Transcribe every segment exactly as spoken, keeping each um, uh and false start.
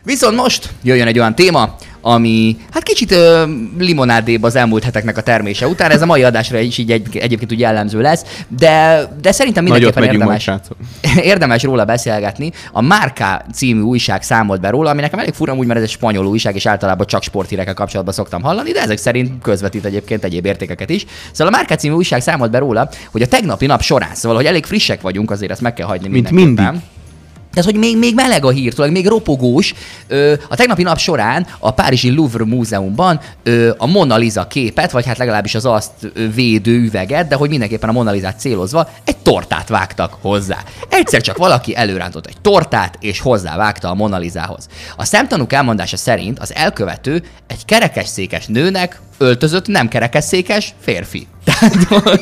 Viszont most jöjjön egy olyan téma, ami hát kicsit ö, limonádébb az elmúlt heteknek a termése után. Ez a mai adásra is így egy, egyébként úgy jellemző lesz, de, de szerintem mindenképpen érdemes, érdemes róla beszélgetni. A Marca című újság számolt be róla, ami nekem elég fura, úgy, mert ez egy spanyol újság, és általában csak sporthírekkel kapcsolatban szoktam hallani, de ezek szerint közvetít egyébként egyéb értékeket is. Szóval a Marca című újság számolt be róla, hogy a tegnapi nap során, szóval, hogy elég frissek vagyunk, azért ezt meg kell hagyni Mint mindenképpen. mindig. Ez, hogy még, még meleg a hír, tőleg még ropogós. Ö, a tegnapi nap során a párizsi Louvre múzeumban ö, a Mona Lisa képet, vagy hát legalábbis az azt védő üveget, de hogy mindenképpen a Mona Lisát célozva egy tortát vágtak hozzá. Egyszer csak valaki előrántott egy tortát, és hozzávágta a Mona Lisához. A szemtanúk elmondása szerint az elkövető egy kerekesszékes nőnek öltözött nem kerekesszékes férfi. Tehát,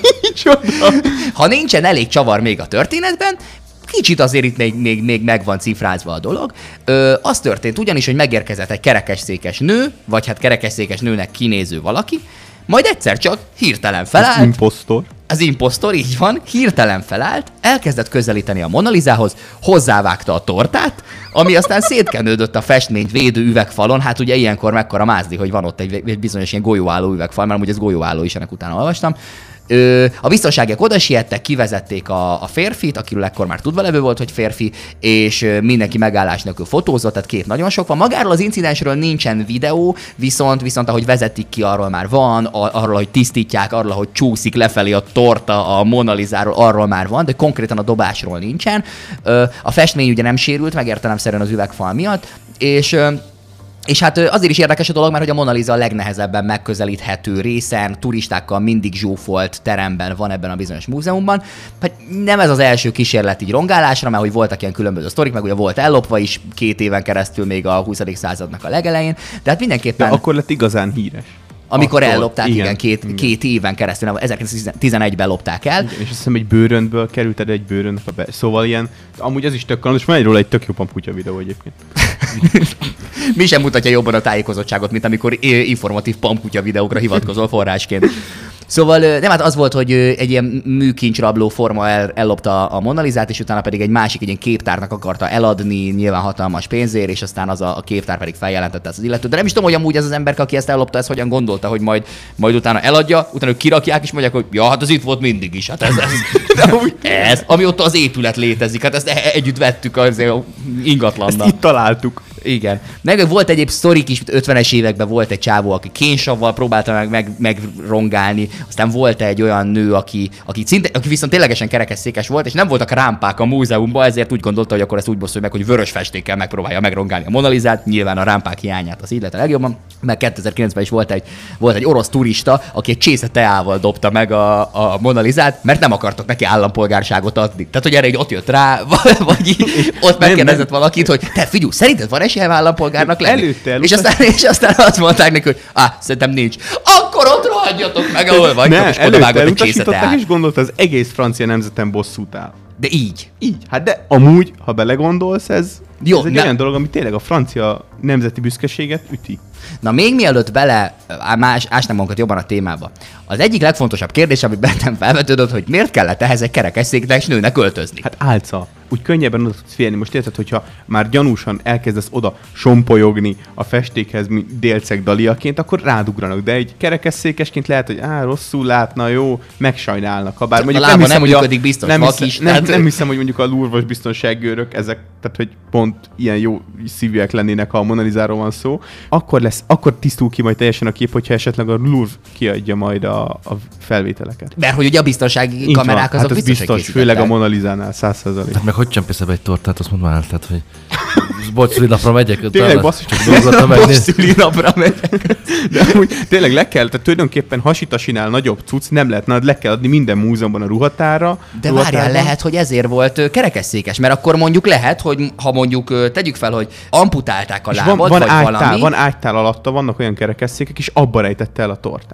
ha nincsen elég csavar még a történetben, kicsit azért itt még, még, még meg van cifrázva a dolog. Ö, az történt ugyanis, hogy megérkezett egy kerekesszékes nő, vagy hát kerekesszékes nőnek kinéző valaki, majd egyszer csak hirtelen felállt. Az imposztor. Az imposztor, így van, hirtelen felállt, elkezdett közelíteni a Mona Lisához, hozzávágta a tortát, ami aztán szétkenődött a festményt védő üvegfalon. Hát ugye ilyenkor mekkora mázli, hogy van ott egy, egy bizonyos ilyen golyóálló üvegfal, mert amúgy ez golyóálló is, ennek utána olvastam. Ö, a biztonságiak oda siettek, kivezették a, a férfit, akiről ekkor már tudva levő volt, hogy férfi, és mindenki megállás nélkül fotózott, tehát kép nagyon sok van. Magáról az incidensről nincsen videó, viszont, viszont ahogy vezetik ki, arról már van, arról, hogy tisztítják, arról, hogy csúszik lefelé a torta a Mona Lisáról, arról már van, de konkrétan a dobásról nincsen. Ö, a festmény ugye nem sérült, meg értelemszerűen az üvegfal miatt, és... És hát azért is érdekes a dolog, mert hogy a Mona Lisa a legnehezebben megközelíthető részen, turistákkal mindig zsúfolt teremben van ebben a bizonyos múzeumban. Hát nem ez az első kísérlet így rongálásra, mert hogy voltak ilyen különböző sztorik, meg ugye volt ellopva is két éven keresztül még a huszadik századnak a legelején, de hát mindenképpen... De akkor lett igazán híres. Amikor akkor, ellopták, igen, igen két, igen. két éven keresztül, ezerkilencszáztizenegyben lopták el. Igen, és azt hiszem egy bőröntből kerülted egy bőröntbe be. Szóval ilyen, amúgy ez is tök kalandos, van egy róla egy tök jó pamputya videó egyébként. Mi sem mutatja jobban a tájékozottságot, mint amikor informatív pamputya videókra hivatkozol forrásként. Szóval nem, hát az volt, hogy egy ilyen műkincsrabló forma el, ellopta a Mona Lisát, és utána pedig egy másik egy ilyen képtárnak akarta eladni, nyilván hatalmas pénzért, és aztán az a, a képtár pedig feljelentette ezt az illetőt. De nem is tudom, hogy amúgy ez az ember, aki ezt ellopta, ez hogyan gondolta, hogy majd, majd utána eladja, utána ők kirakják, és mondják, hogy ja, hát az itt volt mindig is, hát ez, ez, ez amióta az épület létezik, hát ezt együtt vettük az ingatlannal. Ezt itt találtuk. Igen. Meg volt egyéb sztorik is, ötvenes években volt egy csávó, aki kénsavval próbálta meg, meg, megrongálni, aztán volt egy olyan nő, aki, aki, szinte, aki viszont ténylegesen kerekesszékes volt, és nem voltak rámpák a múzeumban, ezért úgy gondolta, hogy akkor ezt úgy bosszulja meg, hogy vörös festékkel megpróbálja megrongálni a Mona Lisát, nyilván a rámpák hiányát az így lett a legjobban, meg kétezer-kilencben is volt egy, volt egy orosz turista, aki egy csésze teával dobta meg a, a Mona Lisát, mert nem akartak neki állampolgárságot adni. Tehát, hogy erre így ott jött rá, vagy így, ott megkérdezett valakit, hogy te figyelj, szerinted van esélyem állampolgárnak lenni? Előtte, és, aztán, és aztán azt mondták neki, hogy ah, szerintem nincs. Akkor ott rohadjatok meg, ahol vagy, és odavágott egy csésze teát. És gondolta, az egész francia nemzeten bosszút áll. De így. Így. Hát de amúgy, ha belegondolsz, ez, Jó, ez egy ne... olyan dolog, ami tényleg a francia nemzeti büszkeséget üti. Na még mielőtt bele más, ásnám magunkat jobban a témába. Az egyik legfontosabb kérdés, ami bennem felvetődött, hogy miért kellett ehhez egy kerekesszékes nőnek öltözni? Hát álca. Úgy könnyebben oda tudsz félni. Most érted, hogyha már gyanúsan elkezdesz oda sompolyogni a festékhez, mint délceg daliaként, akkor rádugranak. De egy kerekesszékesként lehet, hogy á, rosszul látna, jó, megsajnálnak. Ha bár mondjuk a lába nem, hiszem, nem működik biztos, nem, vak hiszem, is. nem, Tehát... nem hiszem, hogy mondjuk a Louvre-os biztonságőrök, ezek, tehát hogy pont ilyen jó szívűek lennének, ha a Mona Lisáról van szó. Akkor lesz, akkor tisztul ki majd teljesen a kép, hogyha esetleg a Louvre kiadja majd a, a felvételeket. Mert hogy ugye a biztonsági Így kamerák van. azok hát biztos, biztos, főleg a Mona Lisánál száz százalék. Hát meg hogy csempész egy tortát, azt mondd már, tehát hogy bocs, szülinapra megyek. Tényleg basszus, csak dolgozatra megnézni. Szülinapra megyek. De amúgy tényleg le kell, tehát tulajdonképpen hasitasinál nagyobb cucc nem lehetne, le kell adni minden múzeumban a ruhatára. De várjál, lehet, hogy ezért volt kerekesszékes, mert akkor mondjuk lehet, hogy ha mondjuk tegyük fel, hogy amputálták a lábad, van, van vagy ágytál, valami. Van ágytál alatta, vannak olyan kerekesszékek, és abba rejtette el a tortát.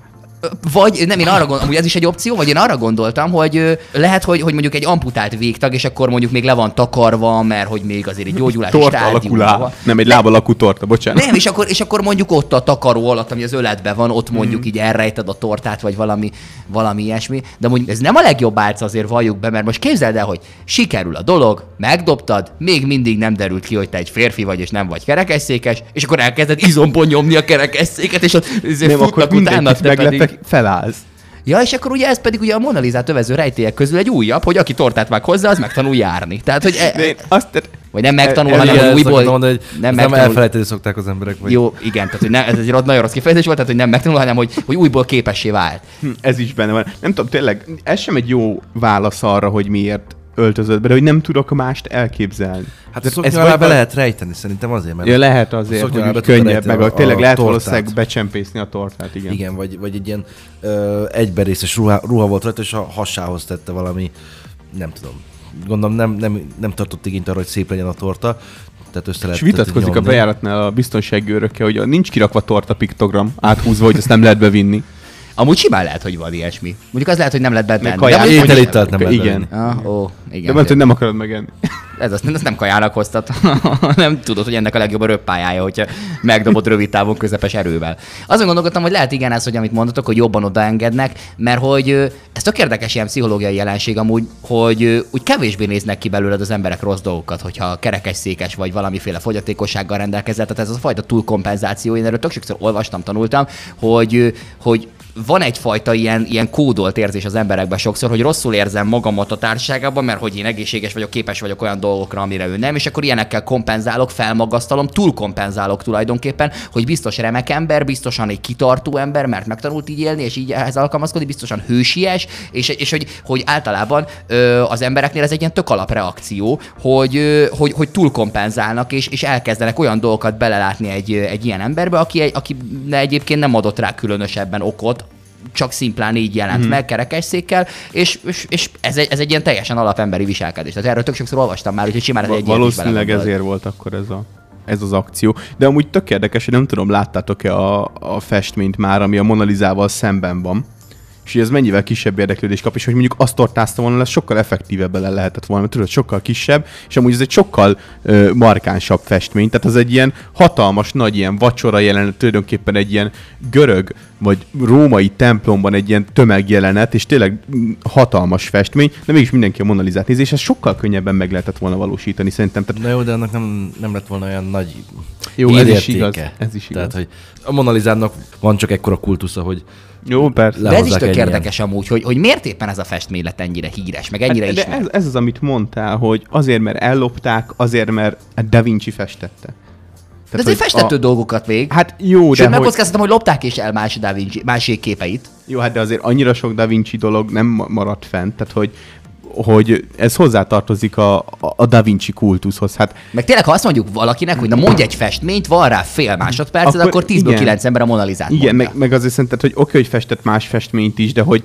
Vagy nem, én arra gondoltam, amúgy ez is egy opció, vagy én arra gondoltam, hogy lehet, hogy, hogy mondjuk egy amputált végtag, és akkor mondjuk még le van takarva, mert hogy még azért egy gyógyulási stádiumban. Nem, egy láb alakú torta, bocsánat. Nem, és akkor, és akkor mondjuk ott a takaró alatt, ami az öletben van, ott mondjuk mm. így elrejted a tortát, vagy valami, valami ilyesmi. De mondjuk ez nem a legjobb álca, azért valljuk be, mert most képzeld el, hogy sikerül a dolog, megdobtad, még mindig nem derült ki, hogy te egy férfi vagy, és nem vagy kerekesszékes, és akkor elkezded izomból nyomni a kerekesszéket, és ott nem, akkor mindenkit megleptek, felállsz. Ja, és akkor ugye ez pedig ugye a Mona Lisát övező rejtélyek közül egy újabb, hogy aki tortát vág hozzá, az megtanul járni. Tehát, hogy... E... Azt te... Vagy nem megtanul, e, hanem hogy újból... Mondani, hogy nem, nem elfelejteni szokták az emberek. Vagy... Jó, igen, tehát hogy nem, ez egy nagyon rossz kifejezés volt, tehát hogy nem megtanul, hanem hogy, hogy újból képessé vált. Hm, ez is benne van. Nem tudom, tényleg, ez sem egy jó válasz arra, hogy miért öltözött be, de hogy nem tudok mást elképzelni. Hát ezt szoknyalá be lehet rejteni, szerintem azért, mert... Ja, lehet azért, hogy könnyebb, meg a, tényleg a lehet valószínűleg becsempészni a tortát, igen. Igen, vagy, vagy egy ilyen ö, egyberészes ruha, ruha volt rajta, és a hasához tette valami, nem tudom, gondolom nem, nem, nem tartott igényt arra, hogy szép legyen a torta, tehát össze lehet. És vitatkozik nyomni. A bejáratnál a biztonsági őrökkel, hogy nincs kirakva torta piktogram áthúzva, hogy ezt nem lehet bevinni. Amúgy simán lehet, hogy van ilyesmi. Mondjuk az lehet, hogy nem lehet betenni. Kaján, ételitelt nem lehet igen. Ah, ó, igen. De mert, hogy nem akarod megenni. Ez azt, azt nem kajának hoztat. Nem tudod, hogy ennek a legjobb a röppályája, hogyha megdobod rövid távon közepes erővel. Azon gondolkodtam, hogy lehet igen ez, hogy amit mondatok, hogy jobban odaengednek, mert hogy ez tök érdekes ilyen pszichológiai jelenség amúgy, hogy úgy kevésbé néznek ki belőled az emberek rossz dolgokat, hogyha kerekesszékes vagy valamiféle fogyatékossággal rendelkezel. Tehát ez az a fajta túlkompenzáció. Én erről tök sokszor olvastam, tanultam, hogy, hogy van egyfajta ilyen, ilyen kódolt érzés az emberekben sokszor, hogy rosszul érzem magamat a társaságban, mert hogy én egészséges vagyok, képes vagyok olyan dolgokra, amire ő nem, és akkor ilyenekkel kompenzálok, felmagasztalom, túlkompenzálok tulajdonképpen, hogy biztos remek ember, biztosan egy kitartó ember, mert megtanult így élni, és így ehhez alkalmazkodni, biztosan hősies, és, és hogy, hogy általában ö, az embereknél ez egy ilyen tök alapreakció, hogy, ö, hogy, hogy túlkompenzálnak, és, és elkezdenek olyan dolgokat belelátni egy, egy ilyen emberbe, aki, egy, aki egyébként nem adott rá különösebben okot, csak szimplán így jelent hmm. meg kerekesszékkel, és, és, és ez, egy, ez egy ilyen teljesen alapemberi viselkedés. Tehát erről tök sokszor olvastam már, úgyhogy simán ez egy valószínűleg ezért volt akkor ez a, ez az akció. De amúgy tök érdekes, hogy nem tudom, láttátok-e a, a festményt már, ami a Mona Lisával szemben van, és hogy ez mennyivel kisebb érdeklődés kap, és hogy mondjuk azt tortázta volna, ez sokkal effektívebben le lehetett volna, mert tudod, sokkal kisebb, és amúgy ez egy sokkal ö, markánsabb festmény, tehát az egy ilyen hatalmas, nagy ilyen vacsora jelenet, tulajdonképpen egy ilyen görög, vagy római templomban egy ilyen tömegjelenet, és tényleg hatalmas festmény, de mégis mindenki a Mona Lisát nézi, és ez sokkal könnyebben meg lehetett volna valósítani, szerintem. Tehát... Na jó, de annak nem, nem lett volna olyan nagy jó, ez is igaz. Ez is igaz. Tehát, hogy a Mona Lisának van csak ekkora kultusza, hogy jó, persze. De ez is tök érdekes amúgy, hogy, hogy miért éppen ez a festmény lett ennyire híres, meg ennyire hát, ismert. De ez, ez az, amit mondtál, hogy azért, mert ellopták, azért, mert Da Vinci festette. De azért festető a... dolgokat még. Hát jó, Sőt, de megkockáztatom, hogy... hogy lopták is el más Da Vinci, másik képeit. Jó, hát de azért annyira sok Da Vinci dolog nem maradt fent, tehát hogy hogy ez hozzátartozik a, a Da Vinci kultuszhoz. Hát, meg tényleg, ha azt mondjuk valakinek, hogy na mondj egy festményt, van rá fél másodpercet, akkor, akkor tízből kilenc ember a Mona Lisát igen, meg, meg azért szerinted, hogy oké, okay, hogy festett más festményt is, de hogy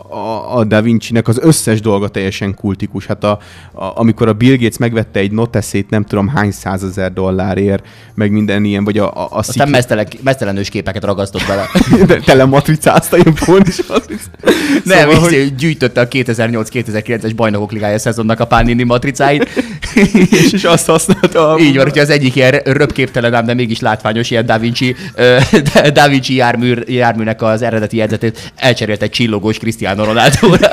a, a Da Vinci-nek az összes dolga teljesen kultikus. Hát a, a, amikor a Bill Gates megvette egy noteszét, nem tudom hány százezer dollárért, meg minden ilyen, vagy a... a, a aztán mesztelen, mesztelenős képeket ragasztott bele. Tele matricázta, ilyen fónis matricázta. Nem, szóval, hogy... gyűjtötte a kétezer-nyolc kétezer-kilences bajnokok ligája szezonnak a Panini matricáit. és, és azt használta. A... Így van, hogyha az egyik ilyen röpképtelen ám, de mégis látványos ilyen Da Vinci, uh, Da Vinci jármű, járműnek az eredeti jegyzetét elcserélt egy csillogós Cristiano Ronaldóra.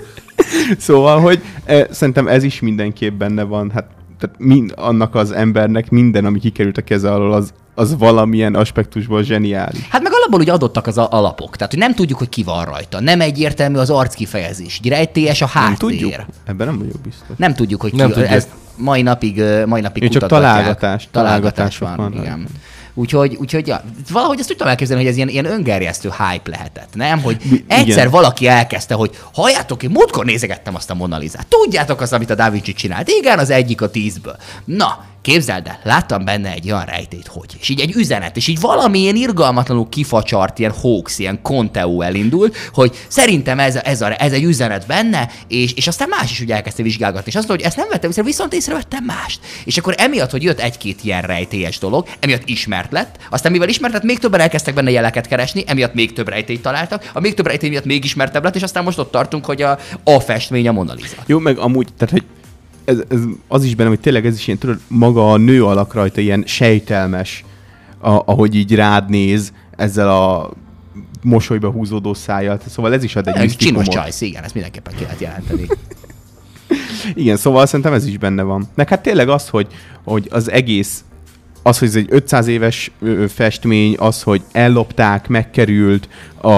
Szóval, hogy eh, szerintem ez is mindenképp benne van. Hát tehát mind, annak az embernek minden, ami kikerült a keze alól, az, az valamilyen aspektusból zseniális. Hát meg alapból ugye adottak az alapok. Tehát, hogy nem tudjuk, hogy ki van rajta. Nem egyértelmű az arckifejezés. Rejtélyes a háttér. Nem tudjuk. Ebben nem vagyok biztos. Nem tudjuk, hogy ki. Nem tudjuk. Ez mai napig, mai napig Én csak találgatás. Találgatás van, van, igen. Úgyhogy, úgyhogy ja, valahogy ezt tudtam elképzelni, hogy ez ilyen, ilyen öngerjesztő hype lehetett, nem? Hogy egyszer igen. valaki elkezdte, hogy halljátok, én múltkor nézegettem azt a Mona Lisát. Tudjátok azt, amit a Da Vinci csinált? Igen, az egyik a tízből. Na, képzeld el, láttam benne egy olyan rejtét, hogy, és így egy üzenet, és így valami ilyen irgalmatlanul kifacsart, ilyen hoax, ilyen konteó elindult, hogy szerintem ez, ez, a, ez egy üzenet benne, és, és aztán más is ugye elkezdte vizsgálgatni, és azt mondta, hogy ezt nem vettem észre, viszont észrevettem mást. És akkor emiatt, hogy jött egy-két ilyen rejtélyes dolog, emiatt ismert lett, aztán mivel ismert lett, még többen elkezdtek benne jeleket keresni, emiatt még több rejtélyt találtak, a még több rejtély miatt még ismertebb lett, és aztán most ott tartunk, hogy a, a festmény a Mona Lisa. Jó, meg amúgy, tehát hogy ez, ez az is bennem, hogy tényleg ez is ilyen, tudod, maga a nő alak rajta ilyen sejtelmes, a, ahogy így rád néz ezzel a mosolyba húzódó szájjal. Szóval ez is ad egy Csinos misztikumot. csajsz, igen, ezt mindenképpen ki lehet jelenteni. Igen, szóval szerintem ez is benne van. Meg hát tényleg az, hogy, hogy az egész, az, hogy ez egy ötszáz éves ö, festmény, az, hogy ellopták, megkerült, a,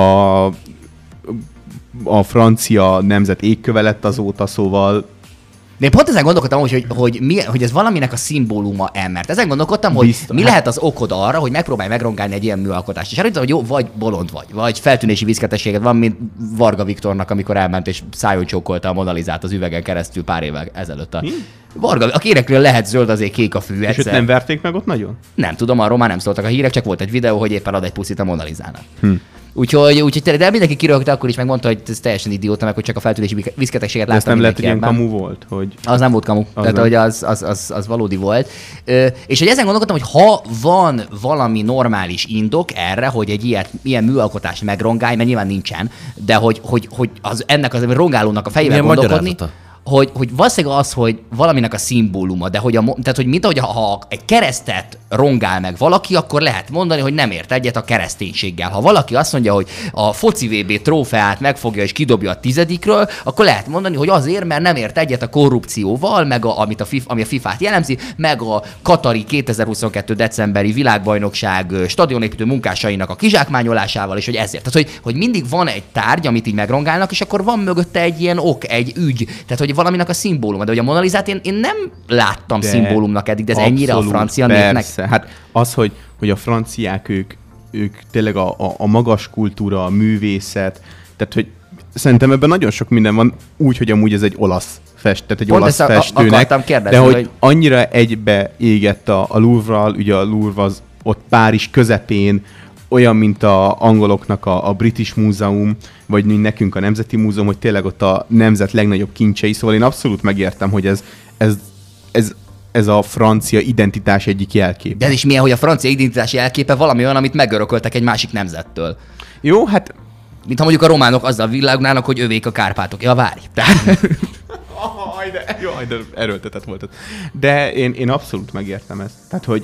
a francia nemzet égköve lett azóta, szóval De én pont ezen gondolkodtam, hogy, hogy, hogy, mi, hogy ez valaminek a szimbóluma-e, mert ezen gondolkodtam, hogy Biztos. mi lehet az okod arra, hogy megpróbálj megrongálni egy ilyen műalkotást. És szerintem, hogy jó, vagy bolond vagy, vagy feltűnési viszketességed van, mint Varga Viktornak, amikor elment és szájon csókolta a Mona Lisát az üvegen keresztül pár évvel ezelőtt. A... Varga, a kérekről lehet zöld, azért kék a fű. és őt nem verték meg ott nagyon? Nem tudom, arról már nem szóltak a hírek, csak volt egy videó, hogy éppen ad egy puszit a Mona Lisának. Hm. Úgyhogy, úgyhogy tényleg, de mindenki kirögte akkor is, megmondta, hogy ez teljesen idióta, meg hogy csak a feltűnési viszketességet De ezt láttam nem lehet, hogy ilyen mindenki kamu volt? Hogy... Az nem volt kamu, Az tehát nem. hogy az, az, az, az valódi volt. Ö, és hogy ezen gondolkodtam, hogy ha van valami normális indok erre, hogy egy ilyet, ilyen műalkotást megrongálj, mert nyilván nincsen, de hogy, hogy, hogy az, ennek az rongálónak a fejével Milyen gondolkodni, magyarázata? hogy, hogy valószínűleg az, hogy valaminek a szimbóluma, de hogy a, tehát, hogy mint ahogy ha, ha egy keresztet rongál meg valaki, akkor lehet mondani, hogy nem ért egyet a kereszténységgel. Ha valaki azt mondja, hogy a foci vé bé trófeát megfogja és kidobja a tizedikről, akkor lehet mondani, hogy azért, mert nem ért egyet a korrupcióval, meg a, amit a FIFA, ami a fifát jellemzi, meg a katari kétezer-huszonkettő decemberi világbajnokság stadionépítő munkásainak a kizsákmányolásával, és hogy ezért. Tehát, hogy, hogy mindig van egy tárgy, amit így megrongálnak, és akkor van mögötte egy ilyen ok, egy ügy. Tehát, hogy valaminek a szimbóluma. De hogy a Mona Lisát én, én nem láttam De szimbólumnak eddig, de ez ennyire a abszolút, francia persze. népnek. Hát az, hogy, hogy a franciák, ők, ők tényleg a, a, a magas kultúra, a művészet, tehát hogy szerintem ebben nagyon sok minden van, úgy, hogy amúgy ez egy olasz fest, tehát egy Pont olasz ezt a- festőnek, akartam kérdezni, de hogy, hogy- annyira egybe égett a, a Louvre-ral, ugye a Louvre az ott Párizs közepén, olyan, mint a angoloknak a, a British Múzeum, vagy mint nekünk a Nemzeti Múzeum, hogy tényleg ott a nemzet legnagyobb kincsei, szóval én abszolút megértem, hogy ez, ez, ez, ez a francia identitás egyik jelképe. De ez is milyen, hogy a francia identitás jelképe valami olyan, amit megörököltek egy másik nemzettől. Jó, hát Mint ha mondjuk a románok azzal világnának, hogy övék a Kárpátok. Ja, várj. Tehát... Aj, de, jaj, de erőltetett volt ez. De én, én abszolút megértem ezt. Tehát, hogy,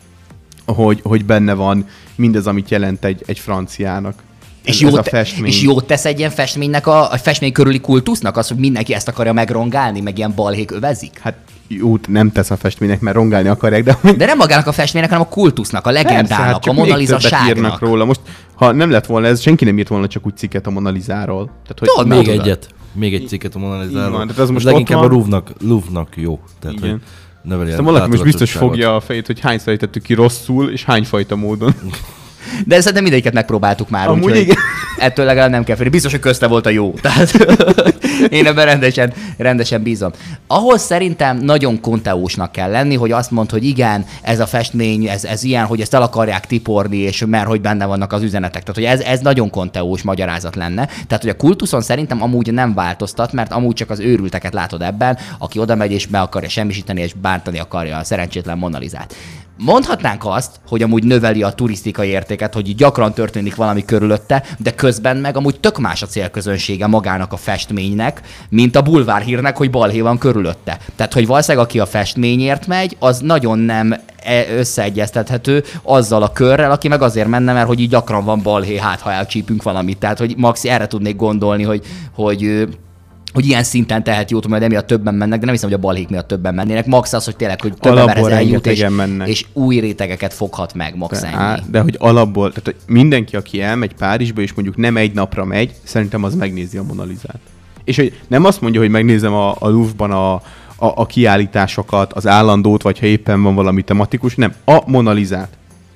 hogy, hogy benne van mindez, amit jelent egy, egy franciának. És, Ez, jót, ez a festmény. és jót tesz egy ilyen festménynek, a, a festmény körüli kultusznak az, hogy mindenki ezt akarja megrongálni, meg ilyen balhék övezik? Hát jót nem tesz a festménynek, mert rongálni akarják, de... De nem magának a festménynek, hanem a kultusznak, a legendának, Persze, hát a csak Mona még többet írnak Lisa-ságnak. róla. Most, ha nem lett volna ez, senki nem írt volna csak úgy cikket a Mona Lisáról. Tehát, hogy Tudod, Még tudod. egyet. Még egy cikket a Mona Így van, Lisáról. tehát az most Ez ott leginkább van. a Louvre-nak, Louvre-nak jó. Tehát, Igen. hogy növeli Aztán a valaki most biztos látogatottságot. fogja a fejét, hogy hány fejtettük ki rosszul, és hányfajta módon. De szerintem mindegyiket megpróbáltuk már, Amúgy úgyhogy igen. ettől legalább nem kell félni. Biztos, hogy közte volt a jó. Tehát én ebben rendesen, rendesen bízom. Ahhoz szerintem nagyon konteósnak kell lenni, hogy azt mondd, hogy igen, ez a festmény, ez, ez ilyen, hogy ezt el akarják tiporni, és mert hogy benne vannak az üzenetek. Tehát, hogy ez, ez nagyon konteós magyarázat lenne. Tehát, hogy a kultuszon szerintem amúgy nem változtat, mert amúgy csak az őrülteket látod ebben, aki oda megy és be akarja semmisíteni, és bántani akarja a szerencsétlen Mona Lisát. Mondhatnánk azt, hogy amúgy növeli a turisztikai értéket, hogy gyakran történik valami körülötte, de közben meg amúgy tök más a célközönsége magának a festménynek, mint a bulvárhírnek, hogy balhé van körülötte. Tehát, hogy valószínűleg aki a festményért megy, az nagyon nem összeegyeztethető azzal a körrel, aki meg azért menne, mert hogy így gyakran van balhé, hát ha elcsípünk valamit. Tehát, hogy maxi erre tudnék gondolni, hogy, hogy hogy ilyen szinten tehet jót, mert emiatt többen mennek, de nem hiszem, hogy a balhék miatt többen mennének. Max az, hogy tényleg, hogy több Alapból emberhez eljut, és, rengetegen mennek. és új rétegeket foghat meg, max ennyi. Á, de hogy alapból, tehát hogy mindenki, aki elmegy Párizsba, és mondjuk nem egy napra megy, szerintem az megnézi a Mona Lisát. És hogy nem azt mondja, hogy megnézem a, a Louvre-ban a, a, a kiállításokat, az állandót, vagy ha éppen van valami tematikus, nem, a Mona Lisát.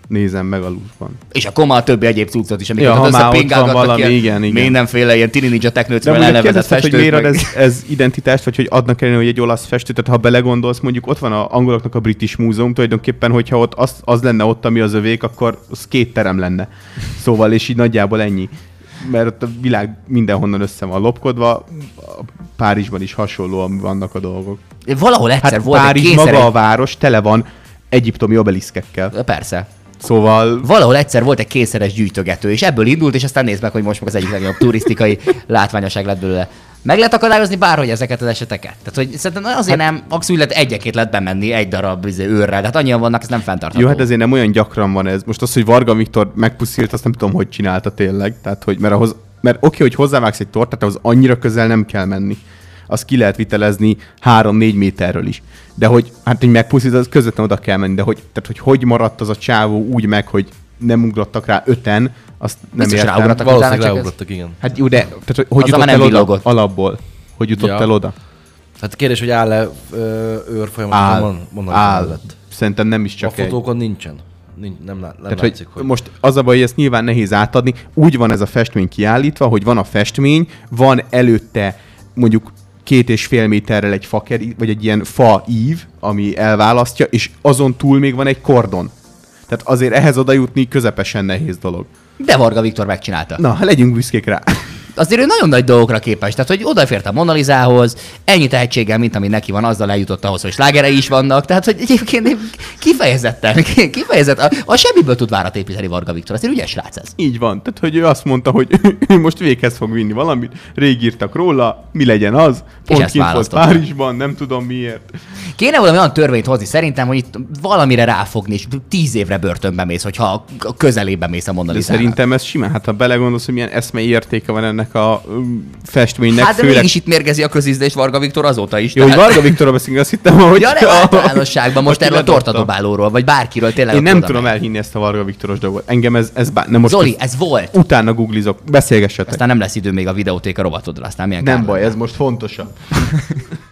nézem meg a lúzban. És akkor már a többi egyéb cuccot is, amiket Ja, ha ott már ott van összepingálgatnak valami, ilyen, igen, igen. mindenféle ilyen Tini Ninja Technőcről De most elnevezett kérdezted, hogy festők. miért ad meg- ez, ez identitást, vagy hogy adnak elő, hogy egy olasz festő, tehát ha belegondolsz, mondjuk ott van a angoloknak a British Múzeum, tulajdonképpen, hogyha ott az, az lenne ott, ami az övék, akkor az két terem lenne. Szóval, és így nagyjából ennyi. Mert ott a világ mindenhonnan össze van lopkodva, a Párizsban is hasonlóan vannak a dolgok. Valahol egyszer Hát volt Párizs egy kényszer... maga a város tele van egyiptomi obeliszkekkel. Persze. Szóval Valahol egyszer volt egy kényszeres gyűjtögető, és ebből indult, és aztán nézd meg, hogy most meg az egyik legnagyobb turisztikai látványosság lett belőle. Meg lehet akadályozni bárhogy ezeket az eseteket. Tehát, hogy szerintem azért hát, nem, maximum lehet egy-két lehet bemenni egy darab izé, őrrel, de hát annyian vannak, ez nem fenntartható. jó, hát ezért nem olyan gyakran van ez. Most az, hogy Varga Viktor megpuszílt, azt nem tudom, hogy csinálta tényleg. Tehát, hogy, mert, ahhoz, mert oké, hogy hozzávágsz egy tortát, ahhoz annyira közel nem kell menni. Azt ki lehet vitelezni három-négy méterről is. De hogy, hát, hogy megpuszít, az közvetlenül oda kell menni. De hogy, tehát, hogy hogy maradt az a csávó úgy meg, hogy nem ugrottak rá öten, azt nem Biztos értem. ráugrottak. Valószínűleg csak ez- ráugrottak, igen. Hát jó, de tehát, hogy, hogy Azzal jutott már el nem oda villogott. alapból? Hogy jutott Ja. el oda? Hát kérdés, hogy áll-e ö, őr folyamatosan Áll. Mon- Mona Lisa Áll. mellett. Szerintem nem is A csak egy. fotókon nincsen. Nincs, nem, lá- nem Tehát, látszik, hogy, hogy... most az a baj, hogy ezt nyilván nehéz átadni. Úgy van ez a festmény kiállítva, hogy van a festmény, van előtte mondjuk két és fél méterrel egy fakeri, vagy egy ilyen fa ív, ami elválasztja, és azon túl még van egy kordon. Tehát azért ehhez oda jutni közepesen nehéz dolog. De Varga Viktor megcsinálta. Na, legyünk büszkék rá. Azért ő nagyon nagy dolgokra képes, tehát hogy odafért a Mona Lisához, ennyi tehetséggel, mint ami neki van, azzal eljutott ahhoz, hogy slágerei is vannak, tehát hogy egyébként kifejezetten, kifejezetten, a, a semmiből tud várat építeni Varga Viktor, azért ügyes srác ez. Így van. Tehát, hogy ő azt mondta, hogy ő most véghez fog vinni valamit, rég írtak róla, mi legyen az, pont ezt kint volt választotta. Párizsban, nem tudom miért. Kéne valami olyan törvényt hozni szerintem, hogy itt valamire ráfogni, és tíz évre börtönbe mész, hogyha a közelébe mész a Mona De Lisának. szerintem ez simán, hát ha belegondolsz, hogy milyen eszmei értéke van ennek a um, festménynek, Hát de főleg... mégis itt mérgezi a közízlést Varga Viktor azóta is. Jó, hogy tehát- Varga Viktorról beszélünk, azt hittem, hogy... Ja, nem általánosságban, most aki erről a ledobta. tortadobálóról, vagy bárkiről tényleg. Én ott nem oda tudom megy. elhinni ezt a Varga Viktoros dolgot. Engem ez, ez bár... Nem most Zoli, ez... ez volt. Utána googlizok, beszélgessetek. Aztán nem lesz idő még a videótéka rovatodra, aztán milyen Nem kár baj, lenne. ez most fontosabb.